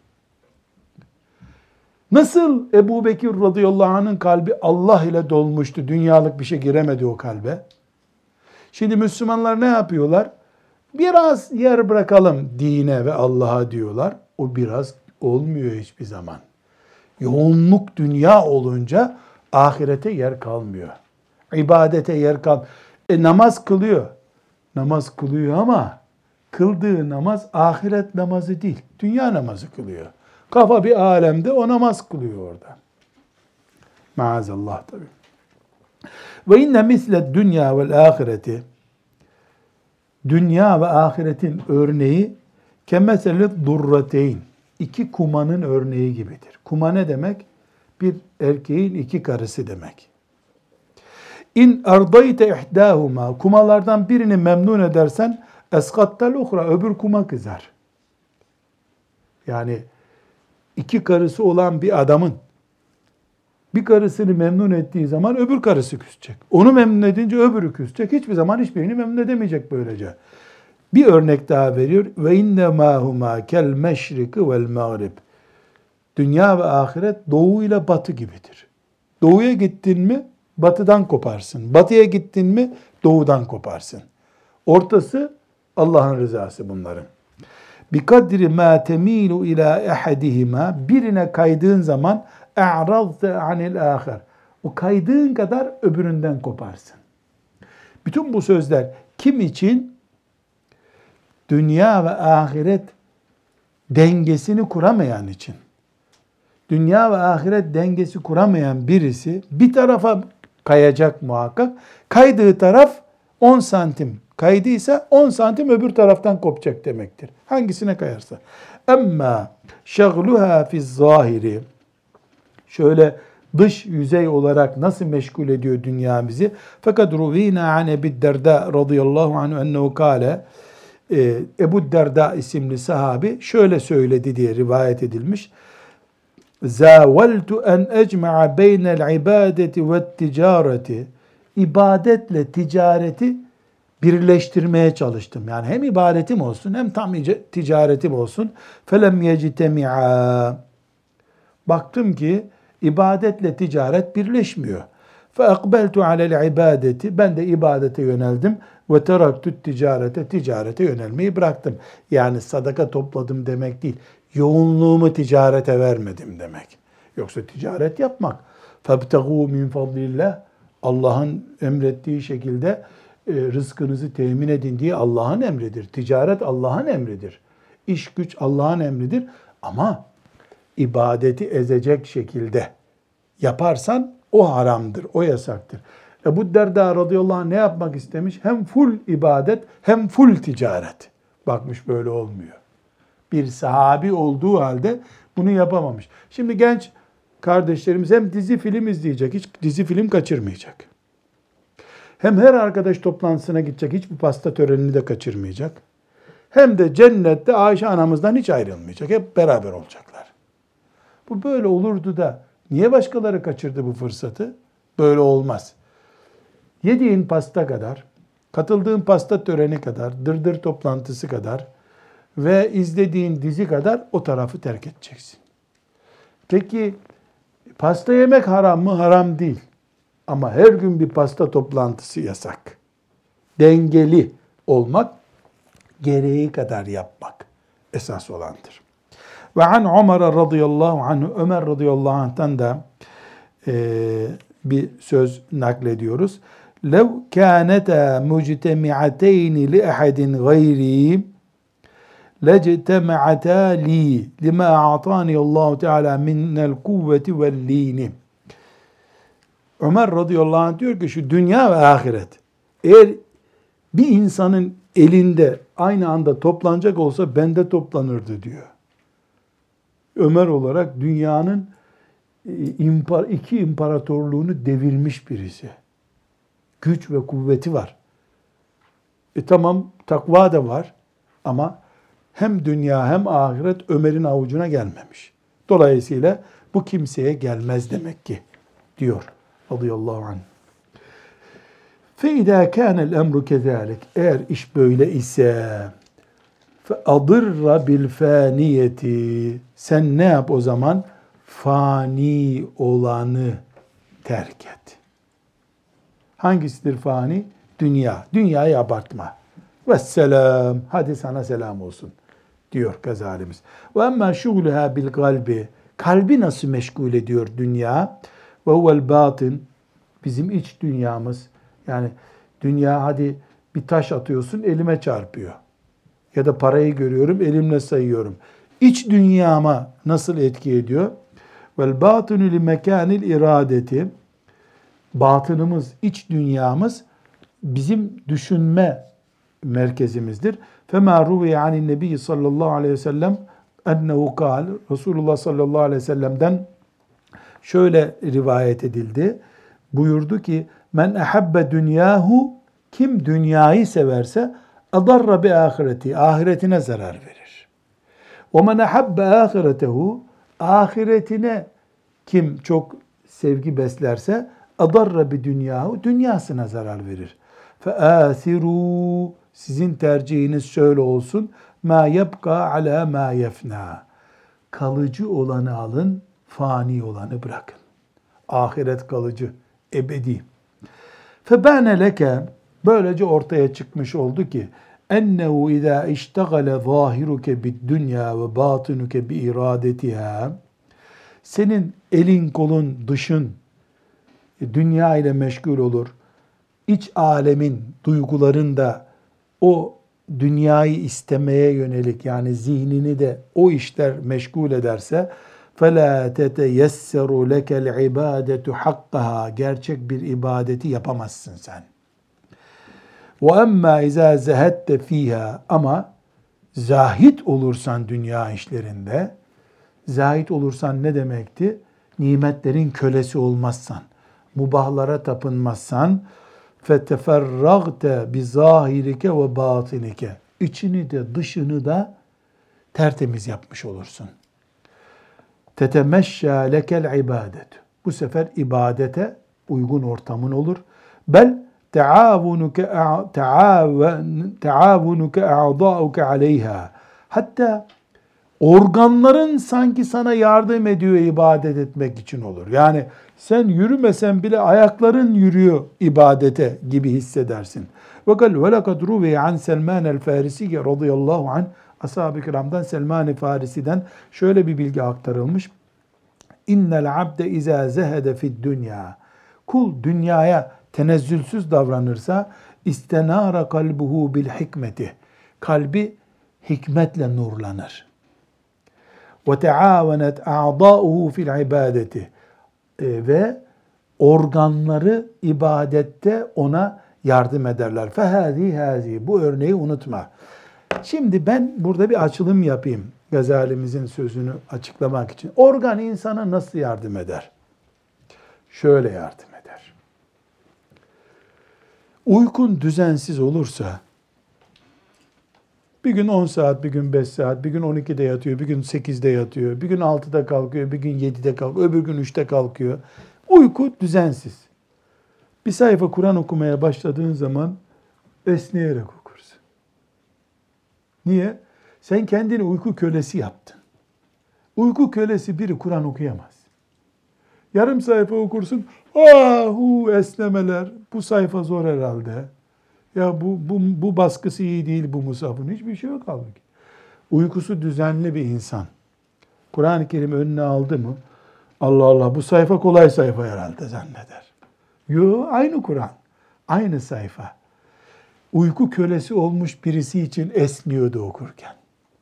Nasıl Ebu Bekir radıyallahu anh'ın kalbi Allah ile dolmuştu, dünyalık bir şey giremedi o kalbe. Şimdi Müslümanlar ne yapıyorlar? Biraz yer bırakalım dine ve Allah'a diyorlar. O biraz olmuyor hiçbir zaman. Yoğunluk dünya olunca ahirete yer kalmıyor. İbadete yer kal. E namaz kılıyor. Namaz kılıyor ama kıldığı namaz ahiret namazı değil. Dünya namazı kılıyor. Kafa bir alemde, o namaz kılıyor orada. Maazallah tabii. Ve inne misle dünya vel ahireti, dünya ve ahiretin örneği kemeseli durrateyn, iki kumanın örneği gibidir. Kuma ne demek? Bir erkeğin iki karısı demek. İn ardayte ihdahuma, kumalardan birini memnun edersen eskattal ukhra, öbür kuma kızar. Yani iki karısı olan bir adamın bir karısını memnun ettiği zaman öbür karısı küsecek. Onu memnun edince öbürü küsecek. Hiçbir zaman hiçbirini memnun edemeyecek böylece. Bir örnek daha veriyor. Ve inne ma huma kel meşriki vel mağrib. Dünya ve ahiret doğu ile batı gibidir. Doğuya gittin mi batıdan koparsın. Batıya gittin mi doğudan koparsın. Ortası Allah'ın rızası bunların. Bi kadri ma temilu ila ahadihima, birine kaydığın zaman a'radte anil ahir. O kaydığın kadar öbüründen koparsın. Bütün bu sözler kim için? Dünya ve ahiret dengesini kuramayan için. Dünya ve ahiret dengesi kuramayan birisi bir tarafa kayacak muhakkak. Kaydığı taraf on santim kaydıysa on santim öbür taraftan kopacak demektir. Hangisine kayarsa. Emma şagluha fiz zahiri, şöyle dış yüzey olarak nasıl meşgul ediyor dünya bizi? Fakat ruvina an Ebu Derda radıyallahu anh ennehu kâle, Ebu Derda isimli sahabi şöyle söyledi diye rivayet edilmiş. Zaveltu en ecma'a beynel ibadeti ve ticareti, ibadetle ticareti birleştirmeye çalıştım. Yani hem ibadetim olsun hem tam ticaretim olsun. Felem yectemi'a. Baktım ki ibadetle ticaret birleşmiyor. فَاَقْبَلْتُ عَلَى الْعِبَادَةِ Ben de ibadete yöneldim. وَتَرَكْتُ ticarete Ticarete yönelmeyi bıraktım. Yani sadaka topladım demek değil. Yoğunluğumu ticarete vermedim demek. Yoksa ticaret yapmak. فَابْتَغُوا مِنْ فَضْلِ اللّٰهِ Allah'ın emrettiği şekilde e, rızkınızı temin edin diye Allah'ın emridir. Ticaret Allah'ın emridir. İş güç Allah'ın emridir. Ama ibadeti ezecek şekilde yaparsan o haramdır, o yasaktır. Ebu Derda radıyallahu anh ne yapmak istemiş? Hem full ibadet hem full ticaret. Bakmış böyle olmuyor. Bir sahabi olduğu halde bunu yapamamış. Şimdi genç kardeşlerimiz hem dizi film izleyecek, hiç dizi film kaçırmayacak. Hem her arkadaş toplantısına gidecek, hiçbir pasta törenini de kaçırmayacak. Hem de cennette Ayşe anamızdan hiç ayrılmayacak. Hep beraber olacaklar. Bu böyle olurdu da niye başkaları kaçırdı bu fırsatı? Böyle olmaz. Yediğin pasta kadar, katıldığın pasta töreni kadar, dırdır toplantısı kadar ve izlediğin dizi kadar o tarafı terk edeceksin. Peki pasta yemek haram mı? Haram değil. Ama her gün bir pasta toplantısı yasak. Dengeli olmak, gereği kadar yapmak esas olandır. Ve an Ömer radıyallahu anh, Ömer radıyallahu anh'tan da e, bir söz naklediyoruz. Lev kânetâ muctemi'ateyni li ehadin gayri lecteme'atâ li lima a'tâni Allahu Teala minel kuvveti vel lîni. Ömer radıyallahu anh diyor ki şu dünya ve ahiret eğer bir insanın elinde aynı anda toplanacak olsa bende toplanırdı diyor. Ömer olarak dünyanın iki imparatorluğunu devirmiş birisi. Güç ve kuvveti var. E tamam takva da var ama hem dünya hem ahiret Ömer'in avucuna gelmemiş. Dolayısıyla bu kimseye gelmez demek ki diyor radıyallahu anh. فَاِذَا كَانَ الْاَمْرُ كَذَٰلِكَ Eğer iş böyle ise فَاَضِرَّ بِالْفَانِيَةِ Sen ne yap o zaman? Fani olanı terk et. Hangisidir fani? Dünya. Dünyayı abartma. Vesselam. Hadi sana selam olsun diyor Gazalimiz. Ve emmâ şugluha bil kalbi. Kalbi nasıl meşgul ediyor dünya? Ve huvel batın. Bizim iç dünyamız. Yani dünya hadi bir taş atıyorsun elime çarpıyor. Ya da parayı görüyorum elimle sayıyorum. İç dünyama nasıl etki ediyor? Vel batinu li mekanil iradeti. Batınımız, iç dünyamız bizim düşünme merkezimizdir. Fema ruviye anin nebi sallallahu aleyhi ve sellem ennehu kal. Resulullah sallallahu aleyhi ve sellem'den şöyle rivayet edildi. Buyurdu ki men ehabbe dünyahu kim dünyayı severse adarra bi ahireti ahiretine zarar verir. Ve men ehabbe ahiretehu ahiretine kim çok sevgi beslerse adarra bi dünyahu dünyasına zarar verir. Fe asiru sizin tercihiniz şöyle olsun. Ma yebqa ala ma yefna. Kalıcı olanı alın, fani olanı bırakın. Ahiret kalıcı, ebedi. Febâne leke böylece ortaya çıkmış oldu ki ennehu izâ iştegale zâhiruke bid-dünya ve bâtinuke bi iradetiha senin elin kolun dışın dünya ile meşgul olur. İç alemin duyguların da o dünyayı istemeye yönelik yani zihnini de o işler meşgul ederse فَلَا تَتَيَسَّرُ لَكَ الْعِبَادَةُ حَقَّهَا gerçek bir ibadeti yapamazsın sen. وَأَمَّا اِذَا زَهَدْتَ ف۪يهَا ama zahit olursan dünya işlerinde, zahit olursan ne demekti? Nimetlerin kölesi olmazsan, mubahlara tapınmazsan, فَتَفَرَّغْتَ بِظَاهِرِكَ وَبَاطِنِكَ İçini de dışını da tertemiz yapmış olursun. Tetemeşşâ lekel ibadet. Bu sefer ibadete uygun ortamın olur. Bel teavunuke teavunuke a'dâuke aleyha. Hatta organların sanki sana yardım ediyor ibadet etmek için olur. Yani Sen yürümesen bile ayakların yürüyor ibadete gibi hissedersin. Ve kal ve lekad ruviye an Selman el-Farisi radıyallahu anh, ashab-ı kiramdan Selman-ı Farisi'den şöyle bir bilgi aktarılmış. İnnel abde izâ zehede fid dünya. Kul dünyaya tenezzülsüz davranırsa istenâra kalbuhu bil hikmeti. Kalbi hikmetle nurlanır. Ve teâvenet a'dâuhu fil ibadeti. Ve organları ibadette ona yardım ederler. Fehâzî hâzî. Bu örneği unutma. Şimdi ben burada bir açılım yapayım. Gazalimizin sözünü açıklamak için. Organ insana nasıl yardım eder? Şöyle yardım eder. Uykun düzensiz olursa, bir gün on saat, bir gün beş saat, bir gün on ikide yatıyor, bir gün sekizde yatıyor, bir gün altıda kalkıyor, bir gün yedide kalkıyor, öbür gün üçte kalkıyor. Uyku düzensiz. Bir sayfa Kur'an okumaya başladığın zaman esneyerek okursun. Niye? Sen kendini uyku kölesi yaptın. Uyku kölesi biri Kur'an okuyamaz. Yarım sayfa okursun, ahu esnemeler, bu sayfa zor herhalde. Ya bu, bu, bu baskısı iyi değil bu musafın, hiçbir şey yok halbuki. Uykusu düzenli bir insan, Kur'an-ı Kerim önüne aldı mı, Allah Allah bu sayfa kolay sayfa herhalde zanneder. Yo, aynı Kur'an, aynı sayfa. Uyku kölesi olmuş birisi için esniyordu okurken.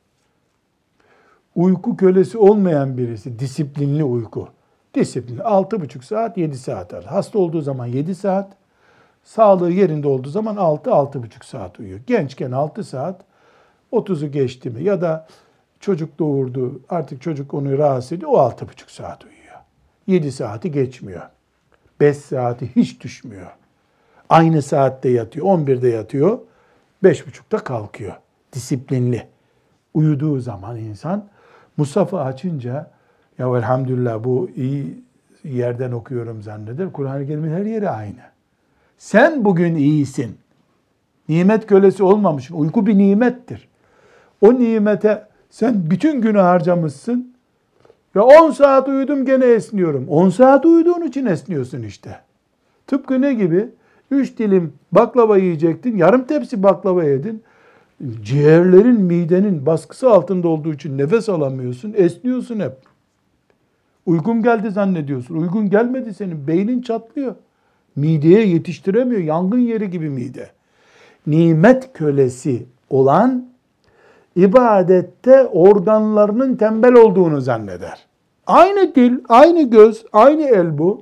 Uyku kölesi olmayan birisi, disiplinli uyku. Disiplinli, altı buçuk saat, yedi saat arası. Hasta olduğu zaman yedi saat, sağlığı yerinde olduğu zaman altı, altı buçuk saat uyuyor. Gençken altı saat, otuzu geçti mi ya da çocuk doğurdu, artık çocuk onu rahatsız ediyor, o altı buçuk saat uyuyor. yedi saati geçmiyor. beş saati hiç düşmüyor. Aynı saatte yatıyor, on birde yatıyor, beş buçukta kalkıyor. Disiplinli. Uyuduğu zaman insan, Musaf'ı açınca, ya elhamdülillah bu iyi yerden okuyorum zanneder. Kur'an-ı Kerim'in her yeri aynı. Sen bugün iyisin. Nimet kölesi olmamışsın. Uyku bir nimettir. O nimete sen bütün günü harcamışsın. Ya on saat uyudum gene esniyorum. on saat uyuduğun için esniyorsun işte. Tıpkı ne gibi? üç dilim baklava yiyecektin. Yarım tepsi baklava yedin. Ciğerlerin, midenin baskısı altında olduğu için nefes alamıyorsun. Esniyorsun hep. Uykun geldi zannediyorsun. Uygun gelmedi senin. Beynin çatlıyor. Mideye yetiştiremiyor. Yangın yeri gibi mide. Nimet kölesi olan ibadette organlarının tembel olduğunu zanneder. Aynı dil, aynı göz, aynı el bu.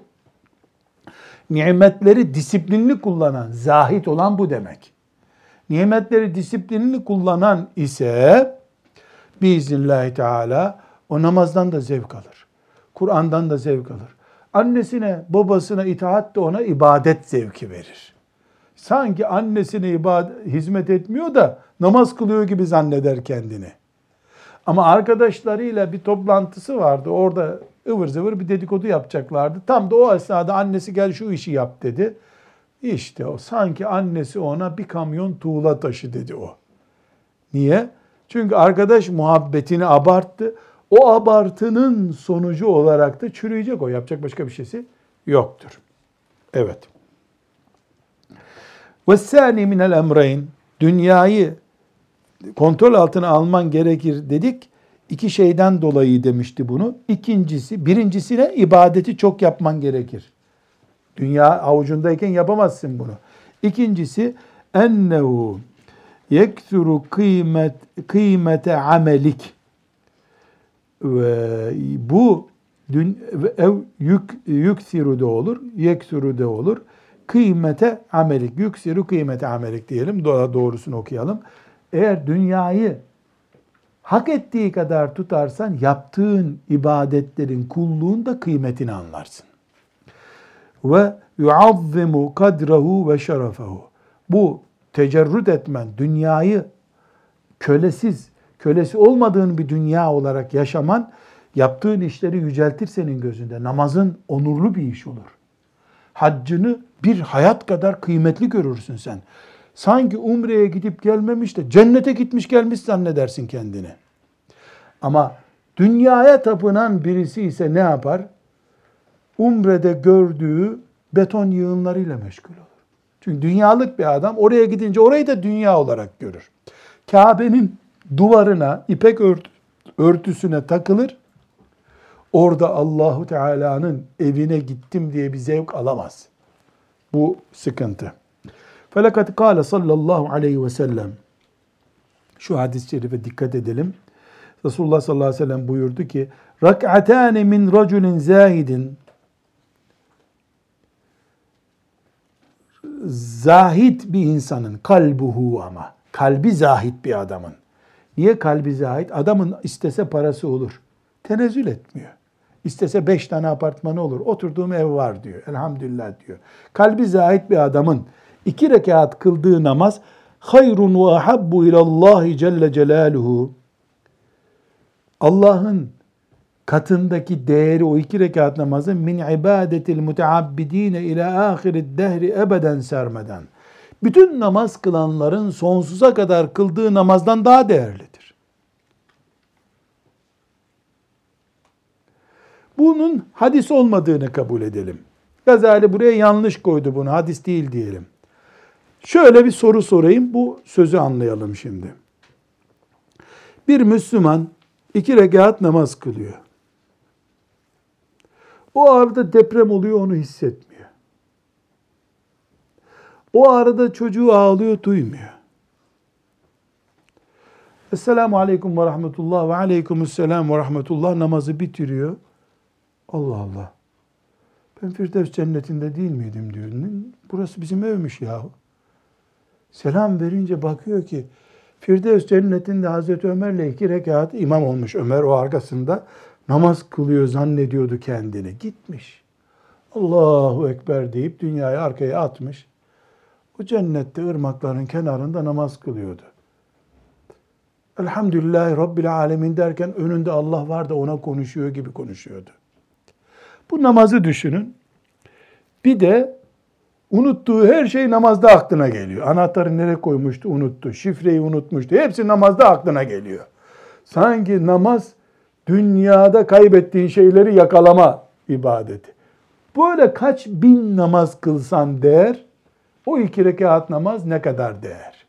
Nimetleri disiplinli kullanan, zahit olan bu demek. Nimetleri disiplinli kullanan ise biiznillahü teala o namazdan da zevk alır. Kur'an'dan da zevk alır. Annesine, babasına itaat de ona ibadet zevki verir. Sanki annesine ibadet, hizmet etmiyor da namaz kılıyor gibi zanneder kendini. Ama arkadaşlarıyla bir toplantısı vardı. Orada ıvır zıvır bir dedikodu yapacaklardı. Tam da o esnada annesi gel şu işi yap dedi. İşte o sanki annesi ona bir kamyon tuğla taşı dedi o. Niye? Çünkü arkadaş muhabbetini abarttı. O abartının sonucu olarak da çürüyecek o. Yapacak başka bir şeysi yoktur. Evet. وَالثَّانِي مِنَ الْاَمْرَيْنِ Dünyayı kontrol altına alman gerekir dedik. İki şeyden dolayı demişti bunu. İkincisi, birincisine ibadeti çok yapman gerekir. Dünya avucundayken yapamazsın bunu. İkincisi, ennehu yeksuru kıymet kıymete amelik. Ve bu dün ev yük yüksiru da olur, yeksuru da olur. Kıymete amelik, yüksiru kıymete amelik diyelim. Daha doğrusunu okuyalım. Eğer dünyayı hak ettiği kadar tutarsan yaptığın ibadetlerin, kulluğun da kıymetini anlarsın. Ve yuazzimu kadrehu ve şerefehu. Bu tecerrüt etmen, dünyayı kölesiz, kölesi olmadığın bir dünya olarak yaşaman, yaptığın işleri yüceltir senin gözünde. Namazın onurlu bir iş olur. Haccını bir hayat kadar kıymetli görürsün sen. Sanki umreye gidip gelmemiş de cennete gitmiş gelmiş zannedersin kendini. Ama dünyaya tapınan birisi ise ne yapar? umrede gördüğü beton yığınlarıyla meşgul olur. Çünkü dünyalık bir adam oraya gidince orayı da dünya olarak görür. Kabe'nin duvarına, ipek ört örtüsüne takılır. Orada Allahu Teala'nın evine gittim diye bir zevk alamaz. Bu sıkıntı. Felakat kâle sallallahu aleyhi ve sellem. Şu hadis-i şerife dikkat edelim. Resulullah sallallahu aleyhi ve sellem buyurdu ki, rak'atâne min raculin zâhidin, zahid bir insanın, kalbuhu ama, kalbi zahid bir adamın. Niye kalbi zahid? Adamın istese parası olur. Tenezzül etmiyor. İstese beş tane apartmanı olur. Oturduğum ev var diyor. Elhamdülillah diyor. Kalbi zahid bir adamın iki rekat kıldığı namaz hayrun ve ahabbu ilallahi celle celaluhu. Allah'ın katındaki değeri o iki rekat namazın min ibadetil muteabbidine ila ahirid dehri ebeden sermeden. Bütün namaz kılanların sonsuza kadar kıldığı namazdan daha değerlidir. Bunun hadis olmadığını kabul edelim. Gazali buraya yanlış koydu bunu. Hadis değil diyelim. Şöyle bir soru sorayım. Bu sözü anlayalım şimdi. Bir Müslüman iki rekat namaz kılıyor. O arada deprem oluyor, onu hissetmiyor. O arada çocuğu ağlıyor, duymuyor. Esselamu aleyküm ve rahmetullah ve aleykümüsselam ve rahmetullah namazı bitiriyor. Allah Allah. Ben Firdevs cennetinde değil miydim diyor. Burası bizim evmiş yahu. Selam verince bakıyor ki Firdevs cennetinde Hazreti Ömer'le iki rekat imam olmuş. Ömer o arkasında namaz kılıyor zannediyordu kendini. Gitmiş. Allahu Ekber deyip dünyayı arkaya atmış. O cennette ırmakların kenarında namaz kılıyordu. Elhamdülillahi Rabbil Alemin derken önünde Allah var da ona konuşuyor gibi konuşuyordu. Bu namazı düşünün. Bir de unuttuğu her şey namazda aklına geliyor. Anahtarı nereye koymuştu unuttu. Şifreyi unutmuştu. Hepsi namazda aklına geliyor. Sanki namaz dünyada kaybettiğin şeyleri yakalama ibadeti. Böyle kaç bin namaz kılsan değer, o iki rekat namaz ne kadar değer?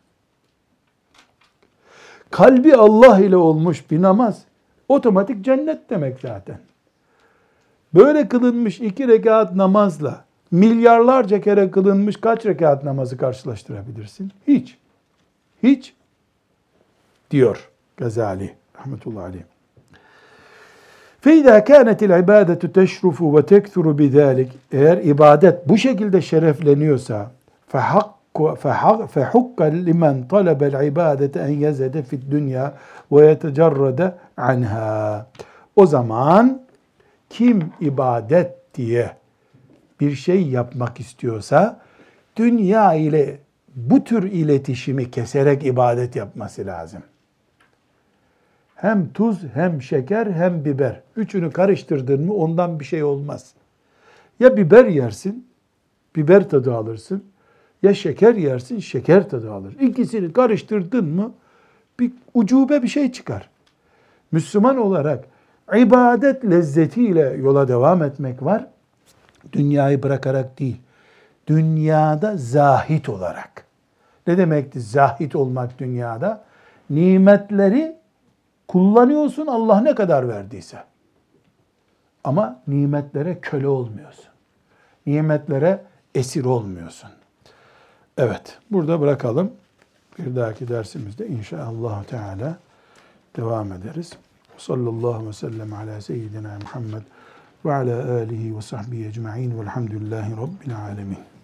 Kalbi Allah ile olmuş bir namaz, otomatik cennet demek zaten. Böyle kılınmış iki rekat namazla, milyarlarca kere kılınmış kaç rekat namazı karşılaştırabilirsin? Hiç. Hiç. Diyor Gazali rahmetullahi aleyh. فَاِذَا كَانَتِ الْعِبَادَةُ تَشْرُفُ وَتَكْثُرُ بِذَٰلِكِ Eğer ibadet bu şekilde şerefleniyorsa فَحُقَّ لِمَنْ طَلَبَ الْعِبَادَةَ اَنْ يَزَدَ فِي الدُّنْيَا وَيَتَجَرَّدَ عَنْهَا O zaman kim ibadet diye bir şey yapmak istiyorsa dünya ile bu tür iletişimi keserek ibadet yapması lazım. Hem tuz, hem şeker, hem biber. Üçünü karıştırdın mı ondan bir şey olmaz. Ya biber yersin, biber tadı alırsın. Ya şeker yersin, şeker tadı alırsın. İkisini karıştırdın mı bir ucube bir şey çıkar. Müslüman olarak ibadet lezzetiyle yola devam etmek var. Dünyayı bırakarak değil. Dünyada zahit olarak. Ne demekti zahit olmak dünyada? Nimetleri kullanıyorsun Allah ne kadar verdiyse. Ama nimetlere köle olmuyorsun. Nimetlere esir olmuyorsun. Evet, burada bırakalım. Bir dahaki dersimizde inşallah Teala devam ederiz. Sallallahu aleyhi ve sellem ala seyyidina Muhammed ve ala alihi ve sahbihi ecma'in velhamdülillahi rabbil alemin.